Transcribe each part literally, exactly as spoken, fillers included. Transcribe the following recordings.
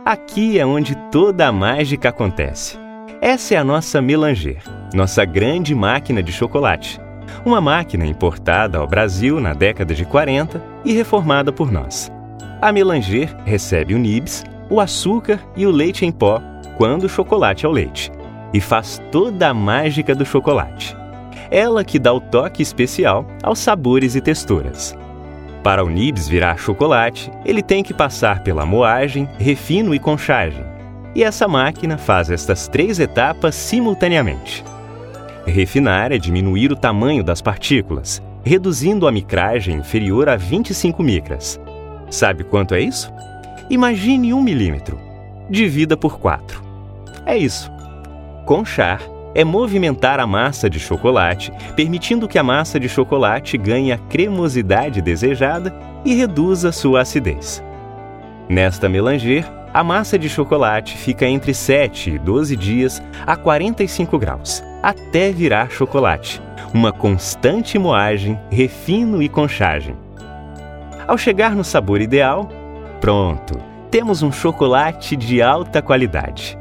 Aqui é onde toda a mágica acontece. Essa é a nossa Melanger, nossa grande máquina de chocolate. Uma máquina importada ao Brasil na década de quarenta e reformada por nós. A Melanger recebe o nibs, o açúcar e o leite em pó quando o chocolate é o leite, e faz toda a mágica do chocolate. Ela que dá o toque especial aos sabores e texturas. Para o nibs virar chocolate, ele tem que passar pela moagem, refino e conchagem. E essa máquina faz estas três etapas simultaneamente. Refinar é diminuir o tamanho das partículas, reduzindo a micragem inferior a vinte e cinco micras. Sabe quanto é isso? Imagine um milímetro. Divida por quatro. É isso. Conchar é movimentar a massa de chocolate, permitindo que a massa de chocolate ganhe a cremosidade desejada e reduza sua acidez. Nesta Melanger, a massa de chocolate fica entre sete e doze dias a quarenta e cinco graus, até virar chocolate, uma constante moagem, refino e conchagem. Ao chegar no sabor ideal, pronto, temos um chocolate de alta qualidade.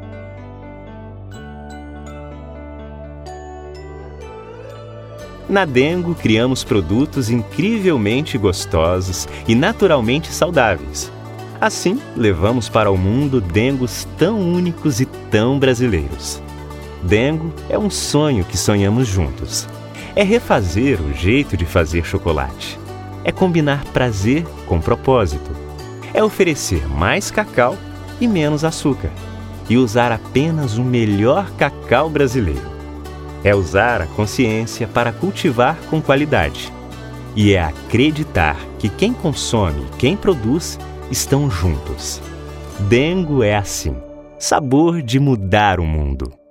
Na Dengo, criamos produtos incrivelmente gostosos e naturalmente saudáveis. Assim, levamos para o mundo Dengos tão únicos e tão brasileiros. Dengo é um sonho que sonhamos juntos. É refazer o jeito de fazer chocolate. É combinar prazer com propósito. É oferecer mais cacau e menos açúcar. E usar apenas o melhor cacau brasileiro. É usar a consciência para cultivar com qualidade. E é acreditar que quem consome e quem produz estão juntos. Dengo é assim, sabor de mudar o mundo.